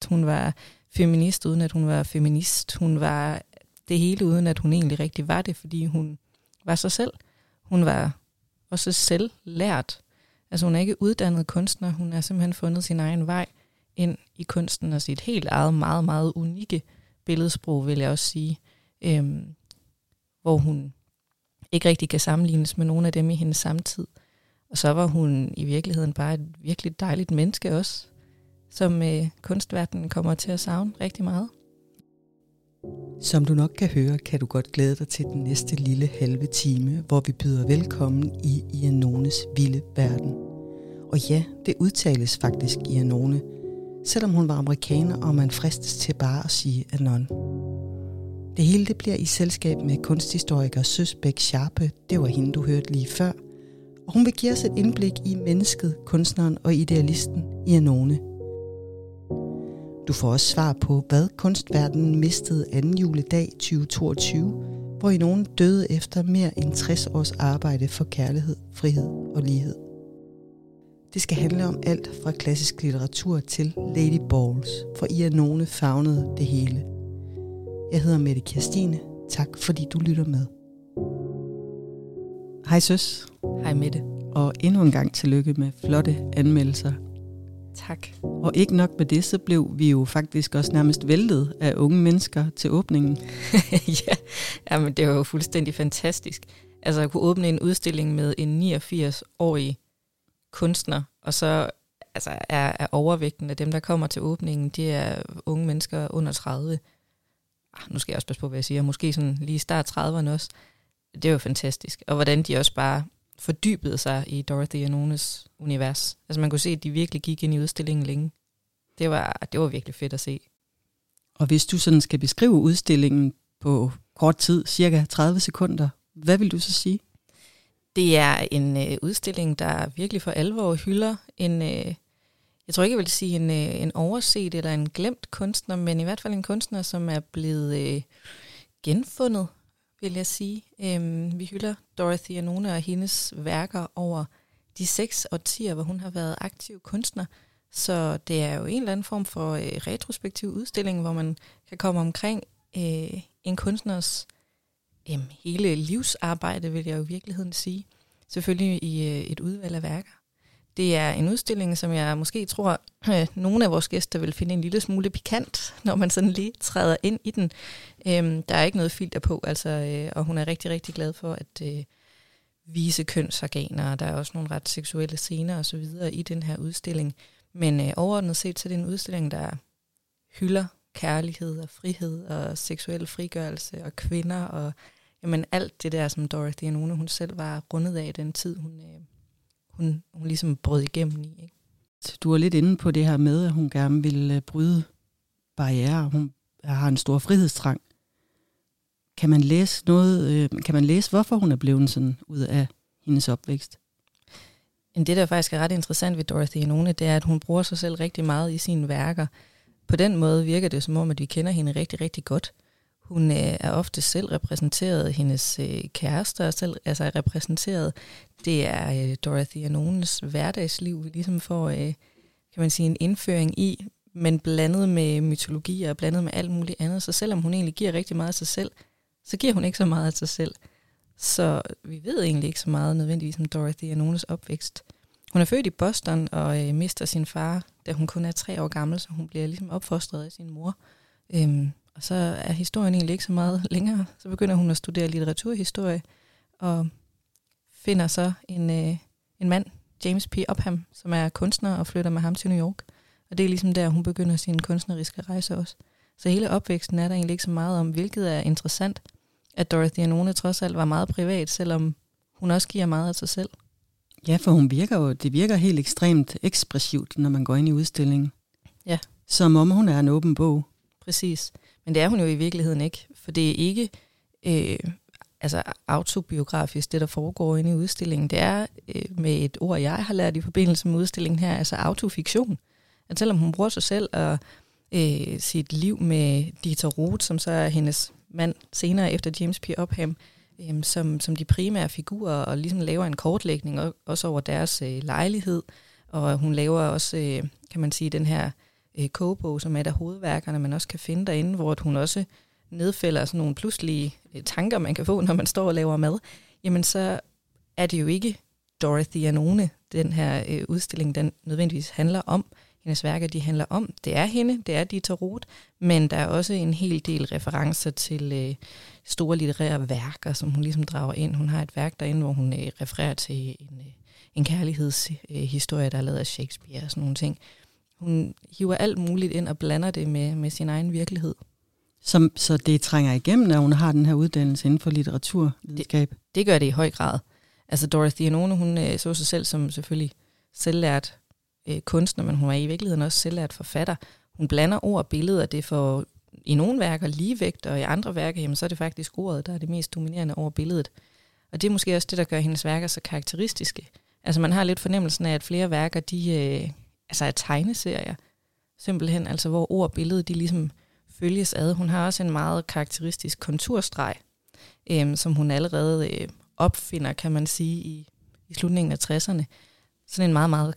Hun var feminist, uden at hun var feminist. Hun var det hele, uden at hun egentlig rigtig var det, fordi hun var sig selv. Hun var også selvlært. Altså hun er ikke uddannet kunstner. Hun har simpelthen fundet sin egen vej ind i kunsten og sit helt eget, meget, meget unikke billedsprog, vil jeg også sige. Hvor hun ikke rigtig kan sammenlignes med nogle af dem i hendes samtid. Og så var hun i virkeligheden bare et virkelig dejligt menneske også, som kunstverdenen kommer til at savne rigtig meget. Som du nok kan høre, kan du godt glæde dig til den næste lille halve time, hvor vi byder velkommen i Ianones vilde verden. Og ja, det udtales faktisk Ianone, selvom hun var amerikaner, og man fristes til bare at sige Anon. Det hele det bliver i selskab med kunsthistoriker Søs Bech Scharpe, det var hende du hørte lige før, og hun vil give os et indblik i mennesket, kunstneren og idealisten Ianone. Du får også svar på, hvad kunstverdenen mistede anden juledag 2022, hvor Ianone døde efter mere end 60 års arbejde for kærlighed, frihed og lighed. Det skal handle om alt fra klassisk litteratur til Lady Balls, for Ianone favnede det hele. Jeg hedder Mette Kirstine. Tak fordi du lytter med. Hej Søs. Hej Mette. Og endnu en gang tillykke med flotte anmeldelser. Tak. Og ikke nok med det, så blev vi jo faktisk også nærmest væltet af unge mennesker til åbningen. Ja, men det var jo fuldstændig fantastisk. Altså at kunne åbne en udstilling med en 89-årig kunstner, og så altså, er overvægten af dem, der kommer til åbningen, det er unge mennesker under 30. Nu skal jeg også passe på, hvad jeg siger. Måske sådan lige start 30'erne også. Det er jo fantastisk. Og hvordan de også bare fordybede sig i Dorothy Ianones univers. Altså man kunne se, at de virkelig gik ind i udstillingen længe. Det var virkelig fedt at se. Og hvis du sådan skal beskrive udstillingen på kort tid, cirka 30 sekunder, hvad vil du så sige? Det er en udstilling, der virkelig for alvor hylder jeg tror ikke, jeg vil sige en overset eller en glemt kunstner, men i hvert fald en kunstner, som er blevet genfundet, vil jeg sige. Vi hylder Dorothy Ianone og hendes værker over de 6 årtier, hvor hun har været aktiv kunstner. Så det er jo en eller anden form for retrospektiv udstilling, hvor man kan komme omkring en kunstners hele livsarbejde, vil jeg jo i virkeligheden sige. Selvfølgelig i et udvalg af værker. Det er en udstilling, som jeg måske tror, nogle af vores gæster vil finde en lille smule pikant, når man sådan lige træder ind i den. Der er ikke noget filter på, altså, og hun er rigtig, rigtig glad for at vise kønsorganer. Der er også nogle ret seksuelle scener og så videre i den her udstilling. Men overordnet set, så er det en udstilling, der hylder kærlighed og frihed og seksuel frigørelse og kvinder og jamen, alt det der, som Dorothy Ianone hun selv var rundet af i den tid, hun ligesom brød igennem i. Ikke? Du er lidt inde på det her med, at hun gerne vil bryde barrierer. Hun har en stor frihedstrang. Kan man læse hvorfor hun er blevet sådan ud af hendes opvækst? Det, der faktisk er ret interessant ved Dorothy Ianone, det er, at hun bruger sig selv rigtig meget i sine værker. På den måde virker det som om, at vi kender hende rigtig, rigtig godt. Hun er ofte selv repræsenteret, hendes kærester er selv altså repræsenteret. Det er Dorothy Ianones hverdagsliv, vi ligesom får kan man sige, en indføring i, men blandet med mytologi og blandet med alt muligt andet. Så selvom hun egentlig giver rigtig meget af sig selv, så giver hun ikke så meget af sig selv. Så vi ved egentlig ikke så meget nødvendigvis om Dorothy Ianones opvækst. Hun er født i Boston og mister sin far, da hun kun er 3 år gammel, så hun bliver ligesom opfostret af sin mor. Og så er historien egentlig ikke så meget længere. Så begynder hun at studere litteraturhistorie, og finder så en mand, James P. Upham, som er kunstner og flytter med ham til New York. Og det er ligesom der, hun begynder sin kunstneriske rejse også. Så hele opvæksten er der egentlig ikke så meget om, hvilket er interessant, at Dorothy Ianone trods alt var meget privat, selvom hun også giver meget af sig selv. Ja, for det virker helt ekstremt ekspressivt, når man går ind i udstillingen. Ja. Som om hun er en åben bog. Præcis. Men det er hun jo i virkeligheden ikke, for det er ikke autobiografisk, det der foregår inde i udstillingen. Det er med et ord, jeg har lært i forbindelse med udstillingen her, altså autofiktion. At selvom hun bruger sig selv og sit liv med Dieter Roth, som så er hendes mand senere efter James P. Upham, som de primære figurer, og ligesom laver en kortlægning også over deres lejlighed. Og hun laver også, kan man sige, den her kogebog, som er et af hovedværkerne, man også kan finde derinde, hvor hun også nedfælder sådan nogle pludselige tanker, man kan få, når man står og laver mad, jamen så er det jo ikke Dorothy Anone, den her udstilling, den nødvendigvis handler om. Hendes værker, de handler om. Det er hende, det er Dita Roth, men der er også en hel del referencer til store litterære værker, som hun ligesom drager ind. Hun har et værk derinde, hvor hun refererer til en kærlighedshistorie, der er lavet af Shakespeare og sådan nogle ting. Hun hiver alt muligt ind og blander det med sin egen virkelighed. Så det trænger igennem, at hun har den her uddannelse inden for litteraturvidenskab? Det gør det i høj grad. Altså Dorothy Anone, hun så sig selv som selvfølgelig selvlært kunstner, men hun er i virkeligheden også selvlært forfatter. Hun blander ord og billeder, det får i nogle værker ligevægt, og i andre værker, jamen, så er det faktisk ordet, der er det mest dominerende over billedet. Og det er måske også det, der gør hendes værker så karakteristiske. Altså man har lidt fornemmelsen af, at flere værker, de er tegneserier, simpelthen, altså hvor ord og billede, de ligesom følges ad. Hun har også en meget karakteristisk konturstreg, som hun allerede opfinder, kan man sige, i slutningen af 60'erne. Sådan en meget, meget,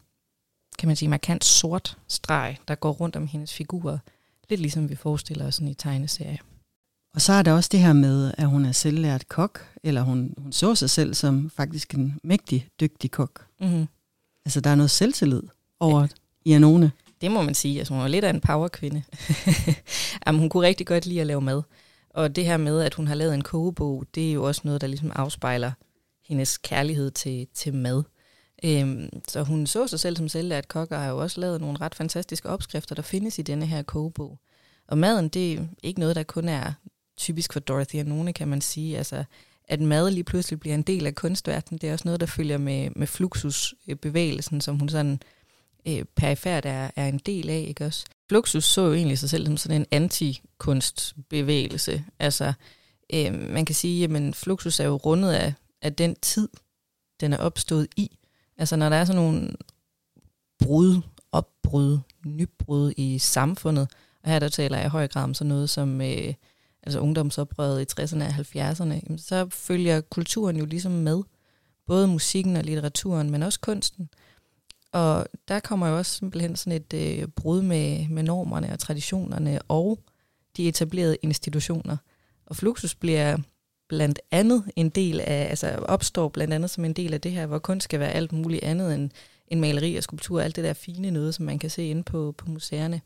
kan man sige, markant sort streg, der går rundt om hendes figurer. Lidt ligesom vi forestiller os sådan i tegneserier. Og så er der også det her med, at hun er selvlært kok, eller hun så sig selv som faktisk en mægtig dygtig kok. Mm-hmm. Altså der er noget selvtillid over i Anone. Det må man sige. Altså hun var lidt af en powerkvinde. Jamen, hun kunne rigtig godt lide at lave mad. Og det her med, at hun har lavet en kogebog, det er jo også noget, der ligesom afspejler hendes kærlighed til mad. Så hun så sig selv som selvlært kok, og har jo også lavet nogle ret fantastiske opskrifter, der findes i denne her kogebog. Og maden, det er ikke noget, der kun er typisk for Dorothy Anone, kan man sige. Altså, at mad lige pludselig bliver en del af kunstverdenen, det er også noget, der følger med Fluxus-bevægelsen, som hun sådan perifært er en del af, ikke også? Fluxus så jo egentlig sig selv som sådan en antikunstbevægelse. Altså, man kan sige, at Fluxus er jo rundet af den tid, den er opstået i. Altså, når der er sådan nogle opbrud, nybrud i samfundet, og her der taler jeg i høj grad om sådan noget som altså ungdomsoprøret i 60'erne og 70'erne, så følger kulturen jo ligesom med. Både musikken og litteraturen, men også kunsten. Og der kommer jo også simpelthen sådan et brud med normerne og traditionerne og de etablerede institutioner. Og Fluxus bliver blandt andet en del af, altså opstår blandt andet som en del af det her, hvor kunst skal være alt muligt andet end maleri og skulptur, alt det der fine noget, som man kan se inde på museerne.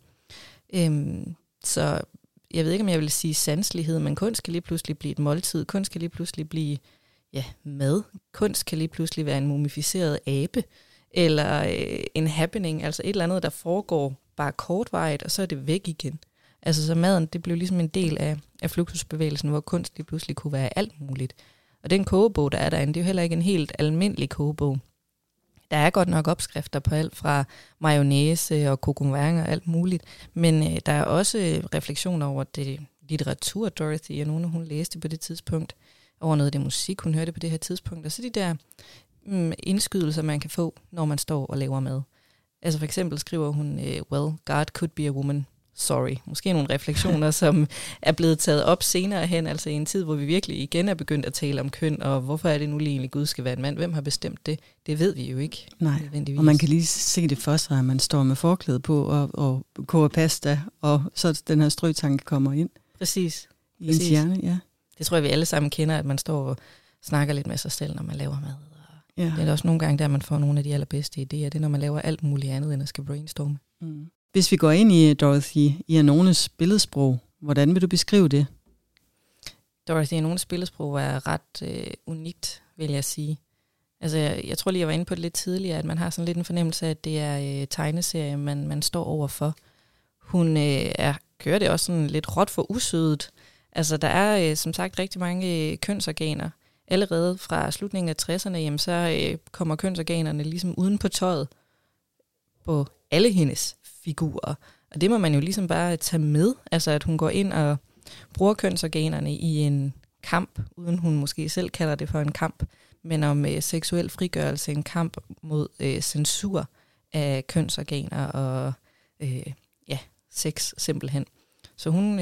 Så jeg ved ikke, om jeg vil sige sanselighed, men kunst kan lige pludselig blive et måltid, kunst kan lige pludselig blive mad, kunst kan lige pludselig være en mumificeret abe, eller en happening, altså et eller andet, der foregår bare kortvarigt, og så er det væk igen. Altså så maden, det blev ligesom en del af Fluxusbevægelsen, hvor kunst lige pludselig kunne være alt muligt. Og den kogebog, der er derinde, det er jo heller ikke en helt almindelig kogebog. Der er godt nok opskrifter på alt fra mayonnaise og coq au vin og alt muligt, men der er også refleksioner over det litteratur, Dorothy Anone, hun læste på det tidspunkt, over noget af det musik, hun hørte på det her tidspunkt, og så de der indskydelser, man kan få, når man står og laver mad. Altså for eksempel skriver hun, well, God could be a woman, sorry. Måske nogle refleksioner, som er blevet taget op senere hen, altså i en tid, hvor vi virkelig igen er begyndt at tale om køn, og hvorfor er det nu lige egentlig, Gud skal være en mand? Hvem har bestemt det? Det ved vi jo ikke. Nej, og man kan lige se det for sig, at man står med forklæde på og koger pasta, og så den her strøtanke kommer ind. Præcis. I ens hjerne, ja. Det tror jeg, vi alle sammen kender, at man står og snakker lidt med sig selv, når man laver mad. Ja. Det er også nogle gange, der man får nogle af de allerbedste idéer. Det er, når man laver alt muligt andet, end at skal brainstorme. Mm. Hvis vi går ind i Dorothy Anones billedsprog, hvordan vil du beskrive det? Dorothy Anones billedsprog er ret unikt, vil jeg sige. Altså, jeg tror lige, jeg var inde på det lidt tidligere, at man har sådan lidt en fornemmelse af, at det er tegneserie, man står overfor. Hun kører det også sådan lidt råt for usødet. Altså, der er som sagt rigtig mange kønsorganer. Allerede fra slutningen af 60'erne, jamen, så kommer kønsorganerne ligesom uden på tøjet på alle hendes figurer. Og det må man jo ligesom bare tage med. Altså at hun går ind og bruger kønsorganerne i en kamp, uden hun måske selv kalder det for en kamp, men om seksuel frigørelse, en kamp mod censur af kønsorganer og sex simpelthen. Så hun,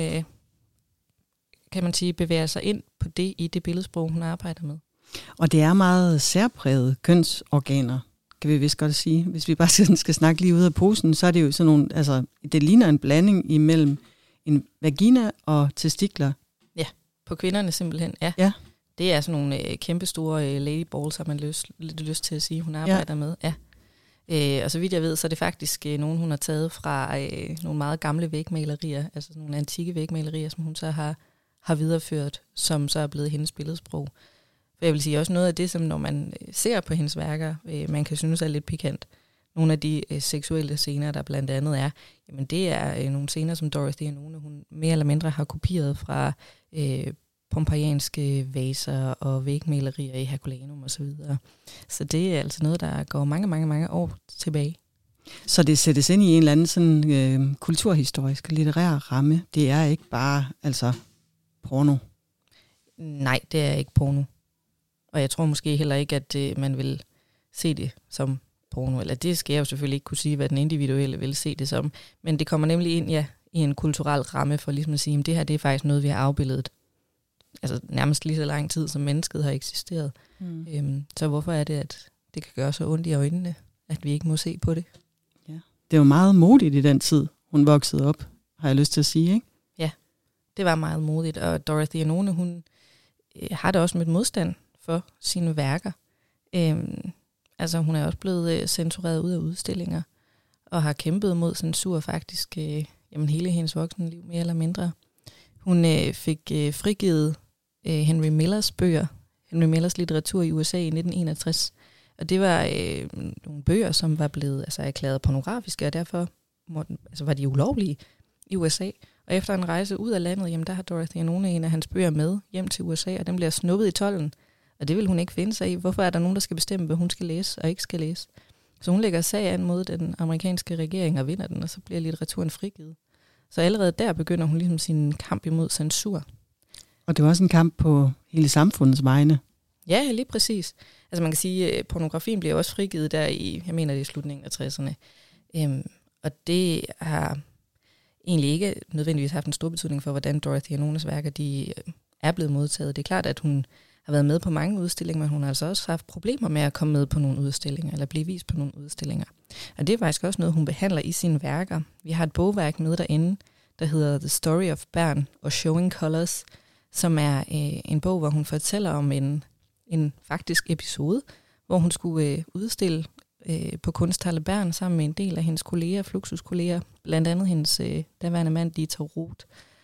kan man sige, bevæger sig ind på det i det billedsprog, hun arbejder med. Og det er meget særpræget kønsorganer, kan vi vist godt sige. Hvis vi bare skal snakke lige ud af posen, så er det jo sådan nogle, altså det ligner en blanding imellem en vagina og testikler. Ja, på kvinderne simpelthen, ja. Ja. Det er sådan nogle kæmpestore ladyballs, har man lidt lyst til at sige, hun arbejder med. Ja. Og så vidt jeg ved, så er det faktisk nogen, hun har taget fra nogle meget gamle vægmalerier, altså nogle antikke vægmalerier, som hun så har videreført, som så er blevet hendes billedsprog. For jeg vil sige også noget af det, som når man ser på hendes værker, man kan synes er lidt pikant. Nogle af de seksuelle scener, der blandt andet er, jamen det er nogle scener, som Dorothy Anone, hun mere eller mindre har kopieret fra pompeijanske vaser og vægmalerier i Herculaneum osv. Så det er altså noget, der går mange, mange, mange år tilbage. Så det sættes ind i en eller anden sådan, kulturhistorisk, litterær ramme. Det er ikke bare altså porno? Nej, det er ikke porno. Og jeg tror måske heller ikke, at man vil se det som porno. Eller det skal jeg jo selvfølgelig ikke kunne sige, hvad den individuelle vil se det som. Men det kommer nemlig ind i en kulturel ramme for ligesom at sige, at det her det er faktisk noget, vi har afbildet. Altså nærmest lige så lang tid, som mennesket har eksisteret. Så hvorfor er det, at det kan gøre så ondt i øjnene, at vi ikke må se på det? Ja. Det var meget modigt i den tid, hun voksede op, har jeg lyst til at sige, ikke? Ja, det var meget modigt. Og Dorothy Anone, hun har da også mødt modstand for sine værker. Altså hun er også blevet censureret ud af udstillinger, og har kæmpet mod censur faktisk hele hendes voksenliv, mere eller mindre. Hun fik frigivet Henry Millers bøger, Henry Millers litteratur i USA i 1961. Og det var nogle bøger, som var blevet erklæret pornografiske, og derfor var de ulovlige i USA. Og efter en rejse ud af landet, jamen, der har Dorothy Anone en af hans bøger med hjem til USA, og den bliver snuppet i tolden. Og det vil hun ikke finde sig i. Hvorfor er der nogen, der skal bestemme, hvad hun skal læse og ikke skal læse? Så hun lægger sag an mod den amerikanske regering og vinder den, og så bliver litteraturen frigivet. Så allerede der begynder hun ligesom sin kamp imod censur. Og det var også en kamp på hele samfundets vegne. Ja, lige præcis. Altså man kan sige, at pornografien bliver også frigivet der i, jeg mener det er slutningen af 60'erne. Og det har egentlig ikke nødvendigvis haft en stor betydning for, hvordan Dorothy Anones værker de er blevet modtaget. Det er klart, at hun har været med på mange udstillinger, men hun har altså også haft problemer med at komme med på nogle udstillinger, eller blive vist på nogle udstillinger. Og det er faktisk også noget, hun behandler i sine værker. Vi har et bogværk med derinde, der hedder The Story of Bern og Showing Colors, som er en bog, hvor hun fortæller om en faktisk episode, hvor hun skulle udstille på Kunsthalle Bern sammen med en del af hendes kolleger, Fluxus-kolleger, blandt andet hendes daværende mand, Dieter Roth.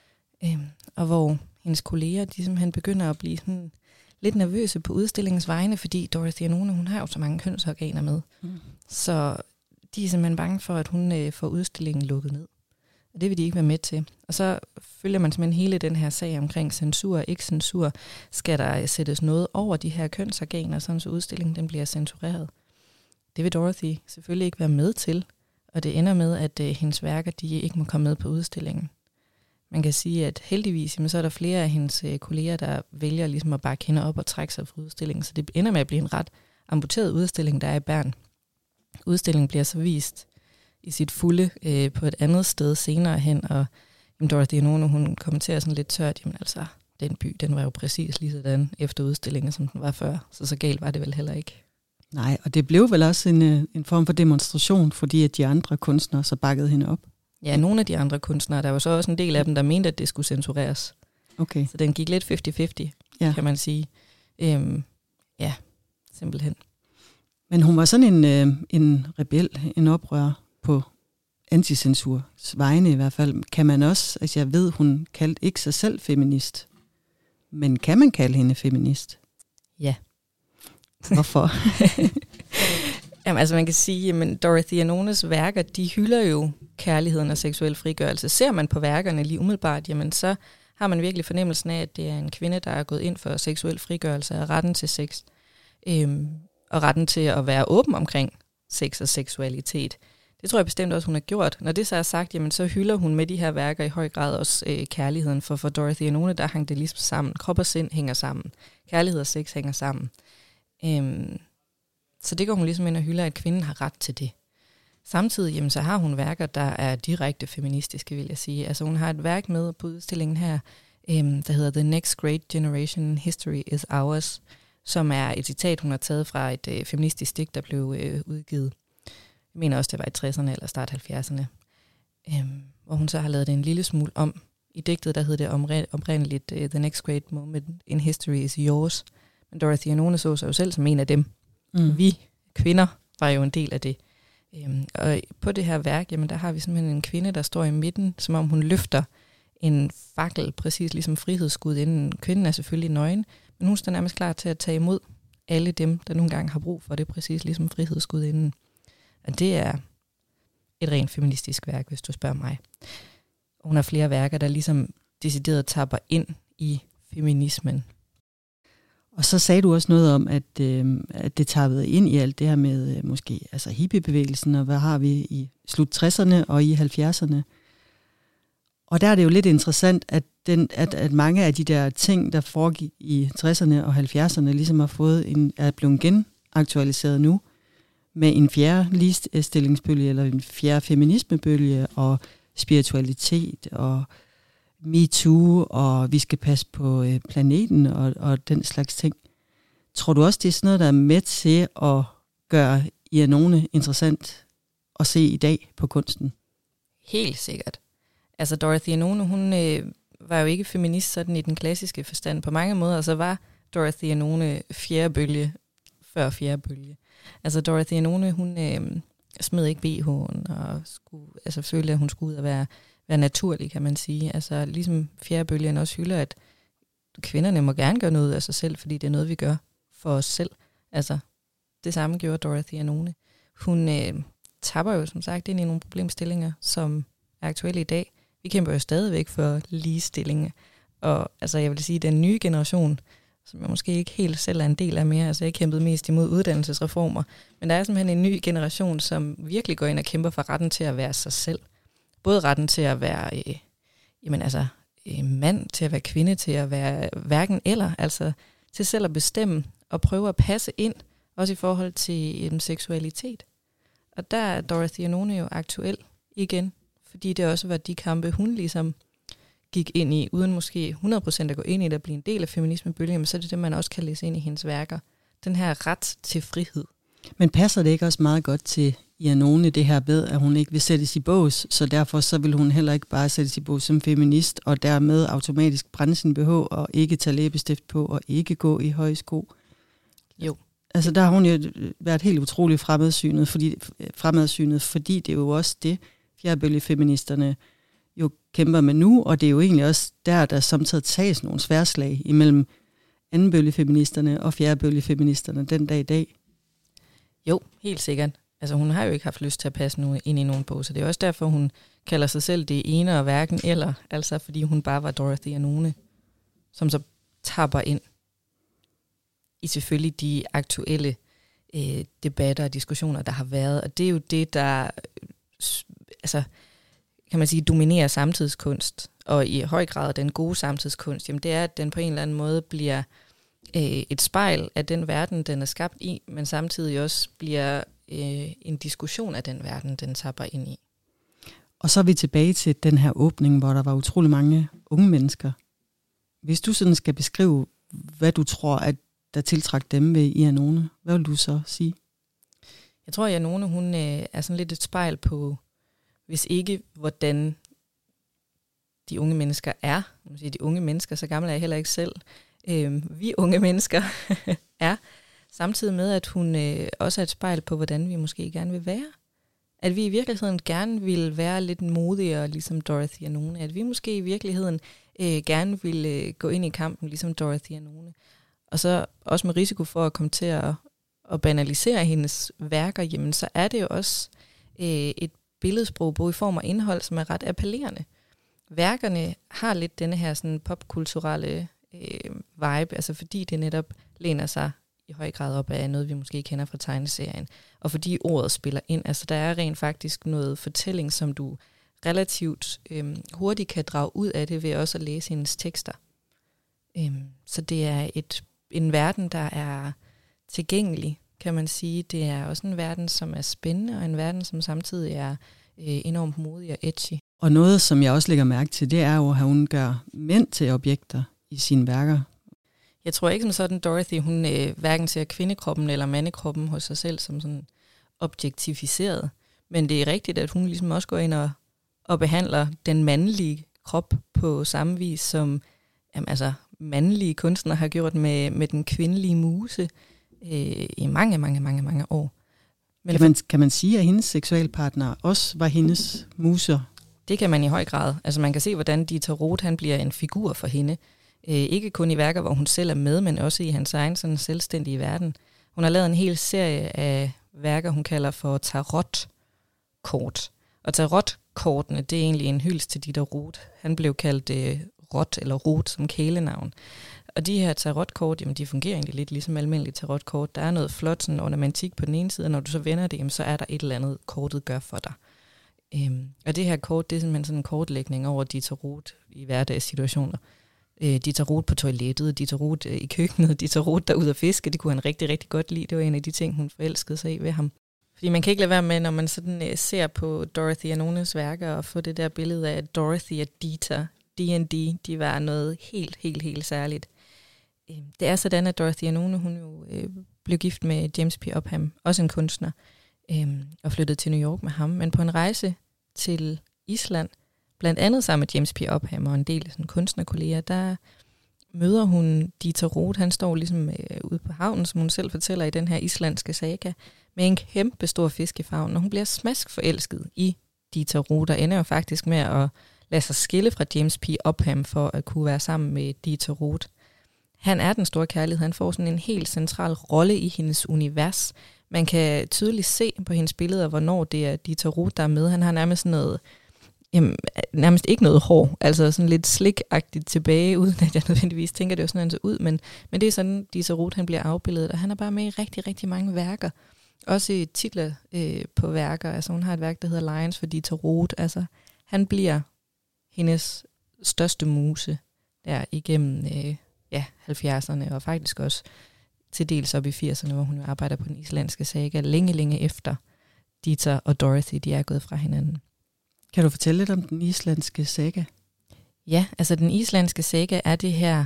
Og hvor hendes kolleger, de simpelthen begynder at blive sådan lidt nervøse på udstillingens vegne, fordi Dorothy Anone, hun har jo så mange kønsorganer med. Så de er simpelthen bange for, at hun får udstillingen lukket ned. Og det vil de ikke være med til. Og så følger man simpelthen hele den her sag omkring censur og ikke censur. Skal der sættes noget over de her kønsorganer, sådan så udstillingen den bliver censureret? Det vil Dorothy selvfølgelig ikke være med til, og det ender med, at hendes værker de ikke må komme med på udstillingen. Man kan sige, at heldigvis så er der flere af hendes kolleger, der vælger ligesom at bakke hende op og trække sig fra udstillingen, så det ender med at blive en ret amputeret udstilling, der er i Bern. Udstillingen bliver så vist i sit fulde på et andet sted senere hen, og Dorothy Anone, hun kommenterer sådan lidt tørt, jamen altså, den by, den var jo præcis lige sådan efter udstillingen, som den var før, så galt var det vel heller ikke. Nej, og det blev vel også en form for demonstration, fordi at de andre kunstnere så bakkede hende op. Ja, nogle af de andre kunstnere, der var så også en del af dem, der mente, at det skulle censureres. Okay. Så den gik lidt 50-50, kan man sige. Ja, simpelthen. Men hun var sådan en rebel, en oprører på anticensurs vegne i hvert fald. Kan man også, altså jeg ved, hun kaldte ikke sig selv feminist, men kan man kalde hende feminist? Ja. Hvorfor? Jamen, altså man kan sige, at Dorothy Anones værker, de hylder jo kærligheden og seksuel frigørelse. Ser man på værkerne lige umiddelbart, jamen så har man virkelig fornemmelsen af, at det er en kvinde, der er gået ind for seksuel frigørelse og retten til sex. Og retten til at være åben omkring sex og seksualitet. Det tror jeg bestemt også, hun har gjort. Når det så er sagt, jamen, så hylder hun med de her værker i høj grad også kærligheden. For Dorothy Anone, der hang det ligesom sammen. Krop og sind hænger sammen. Kærlighed og sex hænger sammen. Så det går hun ligesom ind og hylder, at kvinden har ret til det. Samtidig jamen, så har hun værker, der er direkte feministiske, vil jeg sige. Altså hun har et værk med på udstillingen her, der hedder The Next Great Generation History is Ours, som er et citat, hun har taget fra et feministisk digt, der blev udgivet. Jeg mener også, det var i 60'erne eller start 70'erne. Hvor hun så har lavet det en lille smule om. I digtet, der hed det oprindeligt The next great moment in history is yours. Men Dorothy Anone så sig jo selv som en af dem. Vi kvinder var jo en del af det. Og på det her værk, jamen, der har vi simpelthen en kvinde, der står i midten, som om hun løfter en fakkel, præcis ligesom frihedsgudinden. Kvinden er selvfølgelig nøgen, men hun står nærmest klar til at tage imod alle dem, der nogle gange har brug for det, præcis ligesom frihedsgudinden. Og det er et rent feministisk værk, hvis du spørger mig. Og hun har flere værker, der ligesom decideret tapper ind i feminismen. Og så sagde du også noget om, at det tappede ind i alt det her med måske altså hippiebevægelsen, og hvad har vi i slut 60'erne og i 70'erne. Og der er det jo lidt interessant, at mange af de der ting, der foregik i 60'erne og 70'erne, ligesom er blevet genaktualiseret nu med en fjerde ligestillingsbølge, eller en fjerde feminismebølge, og spiritualitet, og MeToo, og vi skal passe på planeten, og den slags ting. Tror du også, det er sådan noget, der er med til at gøre Ianone interessant at se i dag på kunsten? Helt sikkert. Altså Dorothy Anone, hun var jo ikke feminist sådan i den klassiske forstand. På mange måder, så var Dorothy Anone fjerde bølge før fjerde bølge. Altså Dorothy Anone, hun smed ikke BH'en og følte, at hun skulle ud og være naturlig, kan man sige. Altså ligesom fjerde bølgen også hylder, at kvinderne må gerne gøre noget af sig selv, fordi det er noget, vi gør for os selv. Altså det samme gjorde Dorothy Anone. Hun tapper jo som sagt ind i nogle problemstillinger, som er aktuelle i dag. Vi kæmper jo stadigvæk for ligestilling. Og altså jeg vil sige, den nye generation, som jeg måske ikke helt selv er en del af mere, altså jeg kæmpede mest imod uddannelsesreformer, men der er simpelthen en ny generation, som virkelig går ind og kæmper for retten til at være sig selv. Både retten til at være mand, til at være kvinde, til at være hverken eller, altså til selv at bestemme og prøve at passe ind, også i forhold til seksualitet. Og der er Dorothy Anone jo aktuel igen, fordi det også var de kampe, hun ligesom gik ind i, uden måske 100% at gå ind i det og blive en del af feminismebølgen, men så er det det, man også kan læse ind i hendes værker. Den her ret til frihed. Men passer det ikke også meget godt til Ianone, det her ved, at hun ikke vil sættes i bås, så derfor så vil hun heller ikke bare sættes i bås som feminist, og dermed automatisk brænde sin BH, og ikke tage læbestift på, og ikke gå i høje sko? Jo. Altså der har hun jo været helt utrolig fremadsynet, fordi det er jo også det, fjerdebølgefeministerne jo kæmper med nu, og det er jo egentlig også der samtidig tages nogle sværslag imellem andenbølgefeministerne og fjerdebølgefeministerne den dag i dag. Jo, helt sikkert. Altså hun har jo ikke haft lyst til at passe ind i nogen bog, så det er også derfor, hun kalder sig selv det ene og hverken eller, altså fordi hun bare var Dorothy Anone, som så tapper ind i selvfølgelig de aktuelle debatter og diskussioner, der har været, og det er jo det, der kan man sige, dominerer samtidskunst, og i høj grad den gode samtidskunst, jamen det er, at den på en eller anden måde bliver et spejl af den verden, den er skabt i, men samtidig også bliver en diskussion af den verden, den tapper ind i. Og så er vi tilbage til den her åbning, hvor der var utrolig mange unge mennesker. Hvis du sådan skal beskrive, hvad du tror, at der tiltrak dem ved Ianone, hvad vil du så sige? Jeg tror, at Ianone, hun er sådan lidt et spejl på, hvis ikke hvordan de unge mennesker er. De unge mennesker, så gammel er jeg heller ikke selv. Vi unge mennesker er, samtidig med, at hun også er et spejl på, hvordan vi måske gerne vil være. At vi i virkeligheden gerne vil være lidt modigere, ligesom Dorothy Anone. At vi måske i virkeligheden gerne vil gå ind i kampen, ligesom Dorothy Anone. Og så også med risiko for at komme til at banalisere hendes værker, jamen så er det jo også et billedsprog, både i form og indhold, som er ret appellerende. Værkerne har lidt denne her sådan popkulturelle vibe, altså fordi det netop læner sig i høj grad op af noget, vi måske kender fra tegneserien, og fordi ordet spiller ind. Altså der er rent faktisk noget fortælling, som du relativt hurtigt kan drage ud af det ved også at læse hendes tekster. Så det er en verden, der er tilgængelig, kan man sige. Det er også en verden, som er spændende, og en verden, som samtidig er enormt modig og edgy. Og noget, som jeg også lægger mærke til, det er jo, at hun gør mænd til objekter i sine værker. Jeg tror ikke som sådan, Dorothy, hun hverken ser kvindekroppen eller mandekroppen hos sig selv som sådan objektificeret. Men det er rigtigt, at hun ligesom også går ind og behandler den mandlige krop på samme vis, som mandlige kunstnere har gjort med den kvindelige muse i mange år. Men kan man sige, at hendes seksualpartner også var hendes muser? Det kan man i høj grad. Altså man kan se, hvordan Dieter Roth, han bliver en figur for hende. Ikke kun i værker, hvor hun selv er med, men også i hans egen sådan selvstændige verden. Hun har lavet en hel serie af værker, hun kalder for tarotkort. Og tarotkortene, det er egentlig en hyldest til Dieter Roth. Han blev kaldt Roth eller Roth som kælenavn. Og de her tarotkort, jamen de fungerer egentlig lidt ligesom almindelige tarotkort. Der er noget flot sådan ornamentik på den ene side, og når du så vender det, jamen, så er der et eller andet, kortet gør for dig. Og det her kort, det er simpelthen sådan en kortlægning over Dieter Roth i hverdagssituationer. Dieter Roth på toilettet, Dieter Roth i køkkenet, Dieter Roth derude at fiske, det kunne han rigtig, rigtig godt lide. Det var en af de ting, hun forelskede sig i ved ham. Fordi man kan ikke lade være med, når man sådan ser på Dorothy og Nones værker, og få det der billede af Dorothy og Dieter, D&D, de var noget helt særligt. Det er sådan, at Dorothy og None, hun jo blev gift med James P. Upham, også en kunstner, og flyttede til New York med ham. Men på en rejse til Island, blandt andet sammen med James P. Upham og en del sådan kunstnerkolleger, der møder hun Dieter Roth. Han står ligesom ude på havnen, som hun selv fortæller i den her islandske saga, med en kæmpe stor fisk i favnen, og hun bliver smask forelsket i Dieter Roth, og ender jo faktisk med at lade sig skille fra James P. Upham for at kunne være sammen med Dieter Roth. Han er den store kærlighed. Han får sådan en helt central rolle i hendes univers. Man kan tydeligt se på hendes billeder, hvornår det er Dieter Roth, der er med. Han har nærmest noget, nærmest ikke noget hår, altså sådan lidt slikagtigt tilbage, uden at jeg nødvendigvis tænker, det er sådan, han ser ud, men det er sådan, Dieter Roth, han bliver afbildet, og han er bare med i rigtig, rigtig mange værker. Også i titler på værker. Altså hun har et værk, der hedder Lions for Dieter Roth. Altså han bliver hendes største muse der igennem 70'erne, og faktisk også til dels op i 80'erne, hvor hun arbejder på den islandske saga, længe efter Dieter og Dorothy, de er gået fra hinanden. Kan du fortælle lidt om den islandske saga? Ja, altså den islandske saga er det her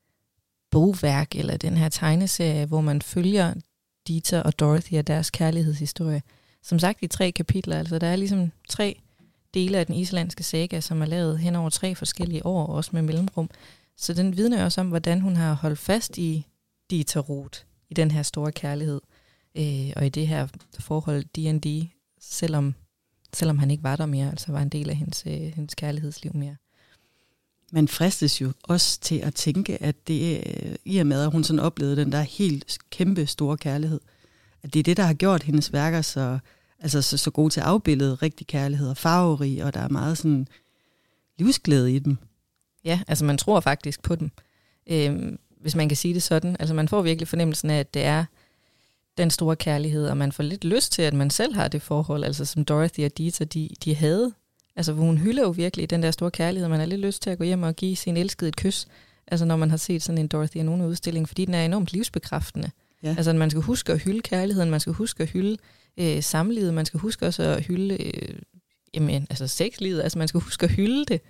bogværk, eller den her tegneserie, hvor man følger Dieter og Dorothy og deres kærlighedshistorie. Som sagt i 3 kapitler, altså der er ligesom 3 dele af den islandske saga, som er lavet hen over 3 forskellige år, også med mellemrum. Så den vidner også om, hvordan hun har holdt fast i Dieter Roth, i den her store kærlighed, og i det her forhold D&D, selvom han ikke var der mere, altså var en del af hendes kærlighedsliv mere. Man fristes jo også til at tænke, at det i og med, at hun sådan oplevede den der helt kæmpe store kærlighed, at det er det, der har gjort hendes værker så gode til at afbillede rigtig kærlighed og farverig, og der er meget sådan livsglæde i dem. Ja, altså man tror faktisk på dem, hvis man kan sige det sådan. Altså man får virkelig fornemmelsen af, at det er den store kærlighed, og man får lidt lyst til, at man selv har det forhold, altså som Dorothy og Dieter, de havde. Altså hvor hun hylder jo virkelig den der store kærlighed, man har lidt lyst til at gå hjem og give sin elskede et kys, altså når man har set sådan en Dorothy og None udstilling, fordi den er enormt livsbekræftende. Ja. Altså man skal huske at hylde kærligheden, man skal huske at hylde samlivet, man skal huske også at hylde sexlivet, altså man skal huske at hylde det,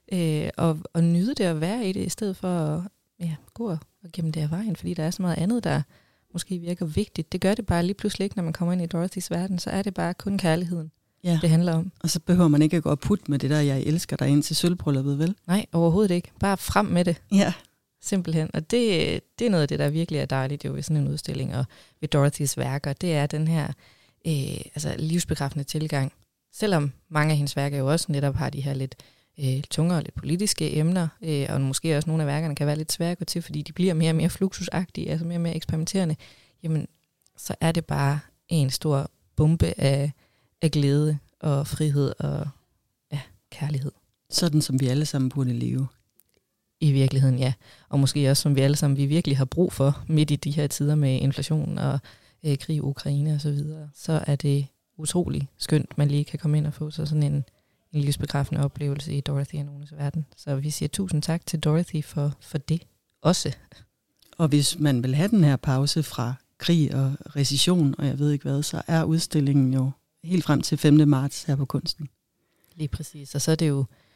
og nyde det og være i det, i stedet for at gå og gennem det af vejen, fordi der er så meget andet, der måske virker vigtigt. Det gør det bare lige pludselig ikke, når man kommer ind i Dorothys verden, så er det bare kun kærligheden, det handler om. Og så behøver man ikke at gå og putte med det der, jeg elsker dig ind til sølvbrylluppet, vel? Nej, overhovedet ikke. Bare frem med det. Ja. Simpelthen. Og det er noget af det, der virkelig er dejligt jo ved sådan en udstilling, og ved Dorothys værker, det er den her livsbekræftende tilgang. Selvom mange af hendes værker jo også netop har de her lidt tungere og lidt politiske emner, og måske også nogle af værkerne kan være lidt svære at gå til, fordi de bliver mere og mere fluxusagtige, altså mere og mere eksperimenterende, jamen så er det bare en stor bombe af glæde og frihed og kærlighed. Sådan som vi alle sammen burde leve. I virkeligheden, ja. Og måske også som vi alle sammen vi virkelig har brug for midt i de her tider med inflation og krig i Ukraine og så videre. Så er det utrolig skønt, man lige kan komme ind og få så sådan en livsbekræftende oplevelse i Dorothy og Nones verden. Så vi siger tusind tak til Dorothy for det også. Og hvis man vil have den her pause fra krig og recession, og jeg ved ikke hvad, så er udstillingen jo helt frem til 5. marts her på Kunsten. Lige præcis. Og så er det jo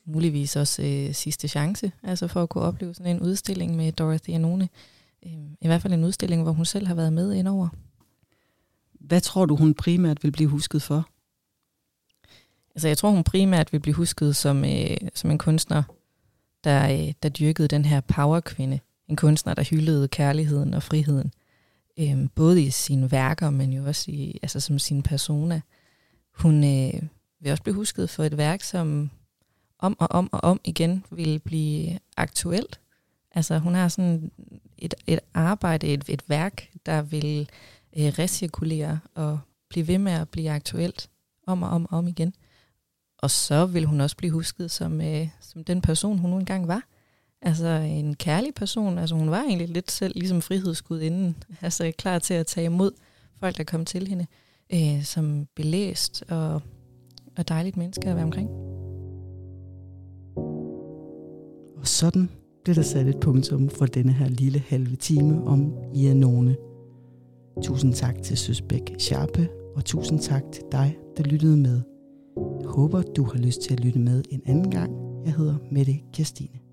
muligvis også sidste chance, altså for at kunne opleve sådan en udstilling med Dorothy Anone. I hvert fald en udstilling, hvor hun selv har været med indover. Hvad tror du, hun primært vil blive husket for? Altså, jeg tror, hun primært vil blive husket som en kunstner, der dyrkede den her powerkvinde. En kunstner, der hyldede kærligheden og friheden. Både i sine værker, men jo også som sin persona. Hun vil også blive husket for et værk, som om igen vil blive aktuelt. Altså, hun har sådan et arbejde, et værk, der vil recirkulere og blive ved med at blive aktuelt om igen. Og så vil hun også blive husket som den person, hun nu engang var. Altså en kærlig person. Altså hun var egentlig lidt selv ligesom frihedsgudinden. Altså klar til at tage imod folk, der kom til hende. Som belæst og dejligt menneske at være omkring. Og sådan blev der sat et punktum for denne her lille halve time om Ianone. Tusind tak til Søsbæk Sharpe, og tusind tak til dig, der lyttede med. Jeg håber, du har lyst til at lytte med en anden gang. Jeg hedder Mette Kirstine.